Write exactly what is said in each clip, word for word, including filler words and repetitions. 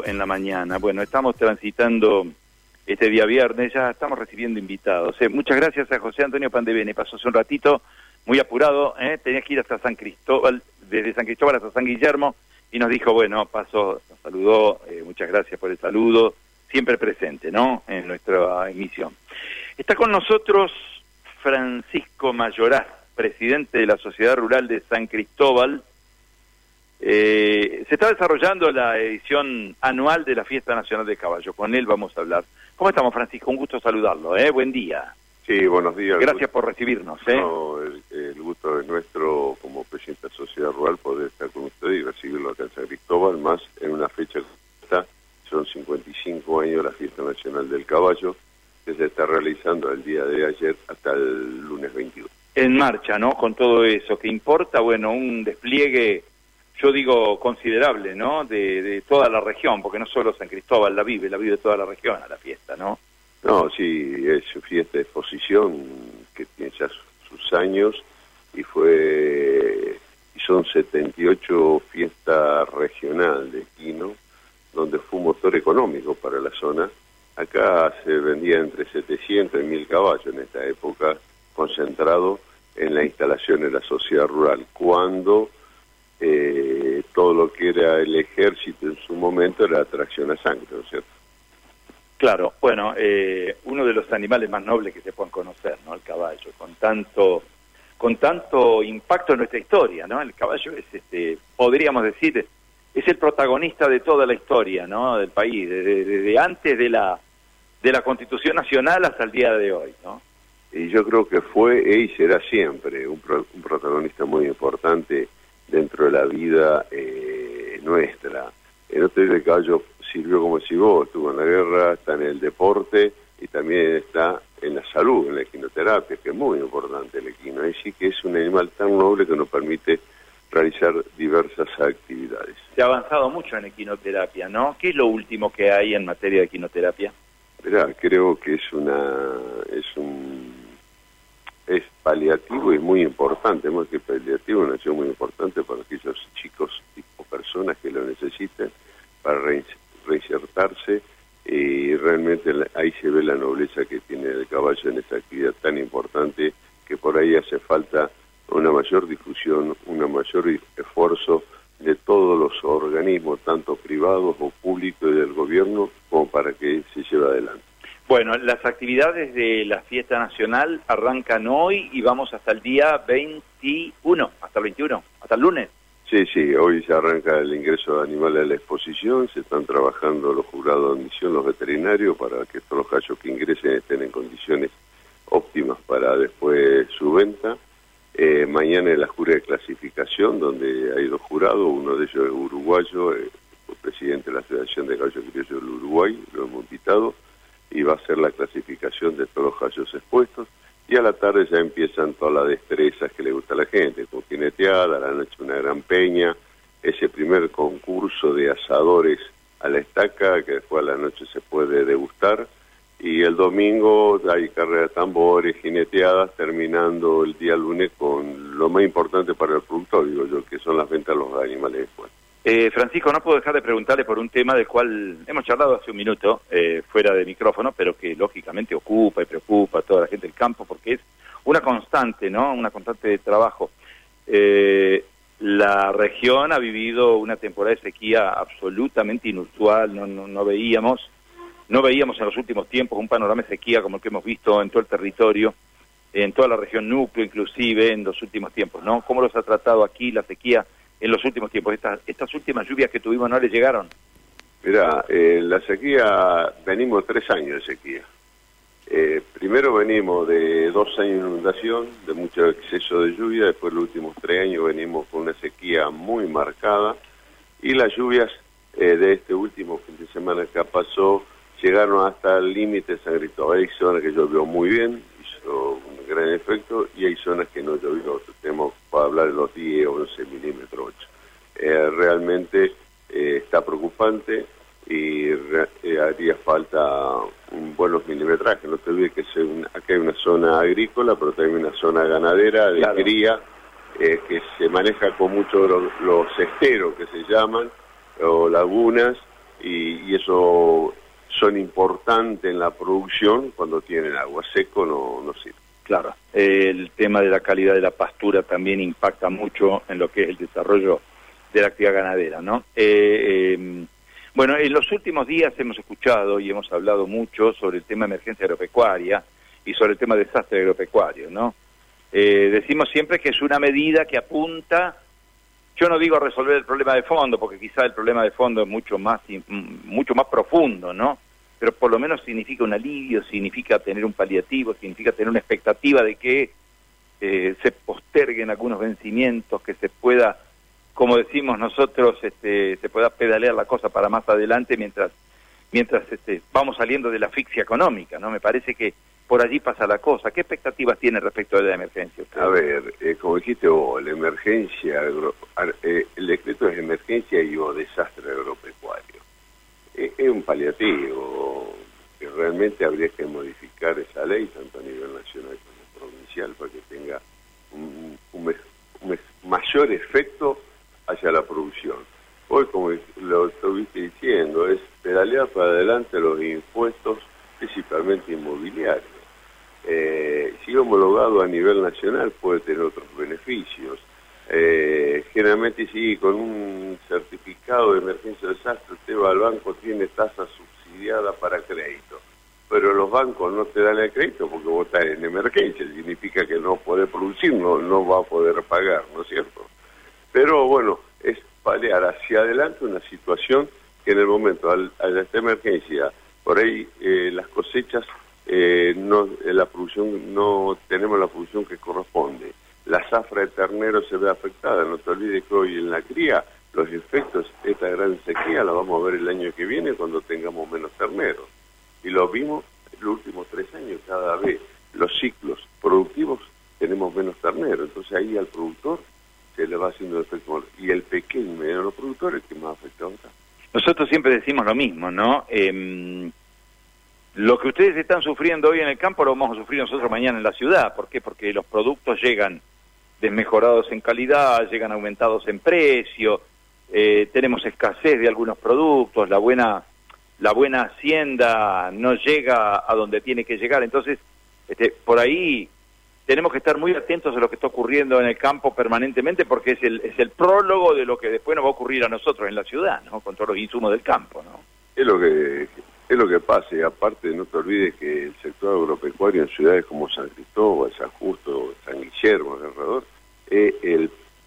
Radio en la mañana. Bueno, estamos transitando este día viernes, ya estamos recibiendo invitados. Eh, muchas gracias a José Antonio Pandevene, pasó hace un ratito muy apurado, ¿eh? Tenía que ir hasta San Cristóbal, desde San Cristóbal hasta San Guillermo, y nos dijo, bueno, pasó, nos saludó, eh, muchas gracias por el saludo, siempre presente, ¿no?, en nuestra emisión. Está con nosotros Francisco Mayoraz, presidente de la Sociedad Rural de San Cristóbal. Eh, se está desarrollando la edición anual de la Fiesta Nacional del Caballo. Con él vamos a hablar. ¿Cómo estamos, Francisco? Un gusto saludarlo, ¿eh? Buen día. Sí, buenos días. Gracias por recibirnos, ¿eh? No, el, el gusto es nuestro, como presidente de la Sociedad Rural, poder estar con usted y recibirlo acá en San Cristóbal, más en una fecha que está, son cincuenta y cinco años la Fiesta Nacional del Caballo, que se está realizando el día de ayer hasta el lunes veintiuno. En marcha, ¿no? Con todo eso, que importa, bueno, un despliegue, yo digo, considerable, ¿no?, de, de toda la región, porque no solo San Cristóbal la vive, la vive toda la región a la fiesta, ¿no? No, sí, es su fiesta de exposición que tiene ya sus años y fue y son setenta y ocho fiestas regional de equino, donde fue un motor económico para la zona. Acá se vendía entre setecientos y mil caballos en esta época, concentrado en la instalación de la sociedad rural, cuando eh, todo lo que era el ejército en su momento era atracción a sangre, ¿no es cierto? Claro, bueno, eh, uno de los animales más nobles que se puedan conocer, ¿no?, el caballo, con tanto con tanto impacto en nuestra historia, ¿no? El caballo es, este, podríamos decir, es el protagonista de toda la historia, ¿no?, del país, desde, desde antes de la de la Constitución Nacional hasta el día de hoy, ¿no? Y yo creo que fue y será siempre un, pro, un protagonista muy importante dentro de la vida eh, nuestra. El otro día el caballo sirvió, como si vos, estuvo en la guerra, está en el deporte y también está en la salud, en la equinoterapia, que es muy importante el equino. Es decir, que es un animal tan noble que nos permite realizar diversas actividades. Se ha avanzado mucho en equinoterapia, ¿no? ¿Qué es lo último que hay en materia de equinoterapia? Mirá, creo que es una es un es paliativo y muy importante, más que paliativo, una acción muy importante para aquellos chicos o personas que lo necesiten para reinsertarse, y realmente ahí se ve la nobleza que tiene el caballo en esta actividad tan importante, que por ahí hace falta una mayor difusión, un mayor esfuerzo de todos los organismos, tanto privados o públicos y del gobierno, como para que se lleve adelante. Bueno, las actividades de la fiesta nacional arrancan hoy y vamos hasta el día veintiuno, hasta el veintiuno, hasta el lunes. Sí, sí, hoy se arranca el ingreso de animales a la exposición, se están trabajando los jurados de admisión, los veterinarios, para que todos los gallos que ingresen estén en condiciones óptimas para después su venta. Eh, mañana es la jura de clasificación, donde hay dos jurados, uno de ellos es uruguayo, eh, el presidente de la Asociación de Gallos Criollos del Uruguay, lo hemos invitado, y va a ser la clasificación de todos los gallos expuestos. Y a la tarde ya empiezan todas las destrezas que le gusta a la gente, con jineteada, a la noche una gran peña, ese primer concurso de asadores a la estaca, que después a la noche se puede degustar, y el domingo hay carrera de tambores, jineteadas, terminando el día lunes con lo más importante para el productor, digo yo, que son las ventas de los animales después. Eh, Francisco, no puedo dejar de preguntarle por un tema del cual hemos charlado hace un minuto, eh, fuera de micrófono, pero que lógicamente ocupa y preocupa a toda la gente del campo, porque es una constante, ¿no?, una constante de trabajo. Eh, la región ha vivido una temporada de sequía absolutamente inusual, no, no, no veíamos, no veíamos en los últimos tiempos un panorama de sequía como el que hemos visto en todo el territorio, en toda la región núcleo inclusive en los últimos tiempos, ¿no? ¿Cómo los ha tratado aquí la sequía en los últimos tiempos? Estas, estas últimas lluvias que tuvimos no le llegaron. Mirá, eh, la sequía, venimos tres años de sequía. Eh, primero venimos de dos años de inundación, de mucho exceso de lluvia, después los últimos tres años venimos con una sequía muy marcada, y las lluvias eh, de este último fin de semana que pasó llegaron hasta el límite de San Cristóbal. Hay zonas que llovió muy bien, hizo un gran efecto, y hay zonas que no llovió. Tenemos para hablar de los diez o once milímetros, ocho. Eh, realmente eh, está preocupante y re, eh, haría falta un buenos milimetrajes. No te olvides que un, acá hay una zona agrícola, pero también una zona ganadera de claro. cría, eh, que se maneja con mucho los, los esteros que se llaman, o lagunas, y, y eso son importantes en la producción cuando tienen agua. Seco no, no sirve. Claro, eh, el tema de la calidad de la pastura también impacta mucho en lo que es el desarrollo de la actividad ganadera, ¿no? Eh, eh, bueno, en los últimos días hemos escuchado y hemos hablado mucho sobre el tema de emergencia agropecuaria y sobre el tema de desastre agropecuario, ¿no? Eh, decimos siempre que es una medida que apunta, yo no digo a resolver el problema de fondo, porque quizá el problema de fondo es mucho más, mucho más profundo, ¿no? Pero por lo menos significa un alivio, significa tener un paliativo, significa tener una expectativa de que eh, se posterguen algunos vencimientos, que se pueda, como decimos nosotros, este, se pueda pedalear la cosa para más adelante mientras mientras este, vamos saliendo de la asfixia económica, ¿no? Me parece que por allí pasa la cosa. ¿Qué expectativas tiene respecto de la emergencia usted? A ver, eh, como dijiste vos, la emergencia, agro, eh, el decreto es emergencia y o desastre agropecuario. Eh, es un paliativo, que realmente habría que modificar esa ley, tanto a nivel nacional como provincial, para que tenga un, un, un mayor efecto hacia la producción. Hoy, como lo estuviste diciendo, es pedalear para adelante los impuestos, principalmente inmobiliarios. Eh, si homologado a nivel nacional puede tener otros beneficios. Eh, generalmente sí, con un certificado de emergencia de desastre usted va al banco, tiene tasa subsidiada para crédito, pero los bancos no te dan el crédito porque vos estás en emergencia, significa que no podés producir, no, no va a poder pagar, ¿no es cierto? Pero bueno, es paliar hacia adelante una situación que en el momento, al, a esta emergencia, por ahí eh, las cosechas, eh, no, la producción, no tenemos la producción que corresponde. La zafra de ternero se ve afectada, no te olvides que hoy en la cría los efectos de esta gran sequía la vamos a ver el año que viene cuando tengamos menos terneros. Y lo vimos en los últimos tres años, cada vez los ciclos productivos tenemos menos terneros, entonces ahí al productor se le va haciendo el efecto, y el pequeño y mediano productor es el que más afectado está. Nosotros siempre decimos lo mismo, ¿no? Eh, lo que ustedes están sufriendo hoy en el campo lo vamos a sufrir nosotros mañana en la ciudad. ¿Por qué? Porque los productos llegan desmejorados en calidad, llegan aumentados en precio, eh, tenemos escasez de algunos productos, la buena la buena hacienda no llega a donde tiene que llegar. Entonces, este, por ahí tenemos que estar muy atentos a lo que está ocurriendo en el campo permanentemente, porque es el es el prólogo de lo que después nos va a ocurrir a nosotros en la ciudad, ¿no? Con todos los insumos del campo, ¿no? Es lo que es lo que pasa, y aparte no te olvides que el sector agropecuario en ciudades como San Cristóbal, San Justo, San Guillermo, alrededor, es el,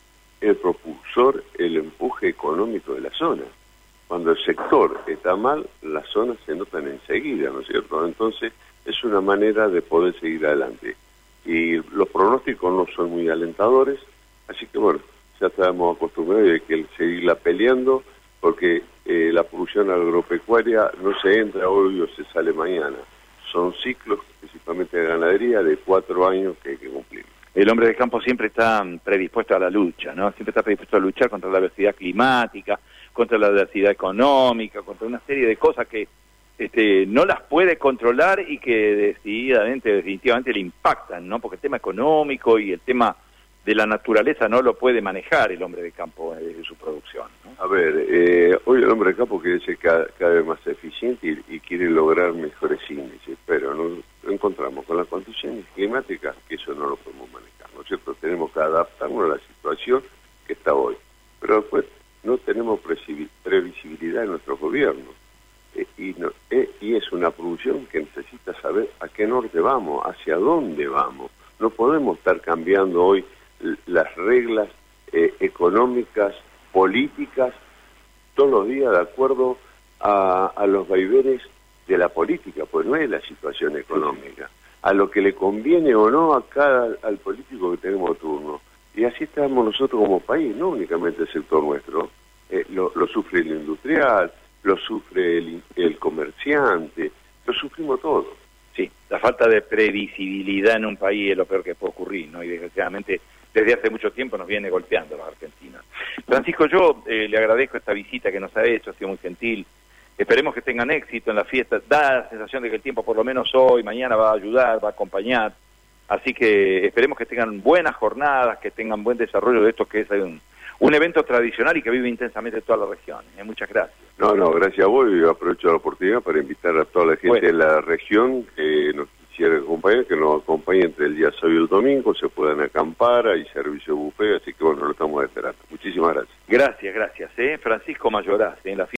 el propulsor, el empuje económico de la zona. Cuando el sector está mal, las zonas se notan enseguida, ¿no es cierto? Entonces es una manera de poder seguir adelante. Y los pronósticos no son muy alentadores, así que bueno, ya estamos acostumbrados a que seguirla peleando, porque eh, la producción agropecuaria no se entra hoy o se sale mañana. Son ciclos, principalmente de ganadería, de cuatro años que hay que cumplir. El hombre del campo siempre está predispuesto a la lucha, ¿no? Siempre está predispuesto a luchar contra la adversidad climática, contra la adversidad económica, contra una serie de cosas que este, no las puede controlar y que decididamente, definitivamente le impactan, ¿no? Porque el tema económico y el tema de la naturaleza no lo puede manejar el hombre de campo desde su producción, ¿no? A ver, eh, hoy el hombre de campo quiere ser cada, cada vez más eficiente y, y quiere lograr mejores índices, pero nos encontramos con las condiciones climáticas que eso no lo podemos manejar, ¿no es cierto? Tenemos que adaptarnos a la situación que está hoy, pero después no tenemos previsibilidad en nuestros gobiernos, eh, y, no, eh, y es una producción que necesita saber a qué norte vamos, hacia dónde vamos. No podemos estar cambiando hoy las reglas eh, económicas, políticas, todos los días de acuerdo a, a los vaivenes de la política, pues no es la situación económica, a lo que le conviene o no a cada al político que tenemos a turno. Y así estamos nosotros como país, no únicamente el sector nuestro, eh, lo, lo sufre el industrial, lo sufre el, el comerciante, lo sufrimos todos. Sí, la falta de previsibilidad en un país es lo peor que puede ocurrir, ¿no? Y desgraciadamente desde hace mucho tiempo nos viene golpeando a los argentinos. Francisco, yo eh, le agradezco esta visita que nos ha hecho, ha sido muy gentil. Esperemos que tengan éxito en la fiesta. Da la sensación de que el tiempo, por lo menos hoy, mañana, va a ayudar, va a acompañar. Así que esperemos que tengan buenas jornadas, que tengan buen desarrollo de esto, que es un, un evento tradicional y que vive intensamente toda la región. ¿eh? Muchas gracias. No, no, gracias a vos, y aprovecho la oportunidad para invitar a toda la gente bueno. de la región que nos quisiera acompañar, que nos acompañe entre el día sábado y el domingo, se puedan acampar, hay servicio buffet, así que bueno, lo estamos esperando. Muchísimas gracias. Gracias, gracias. ¿eh? Francisco Mayoraz, en la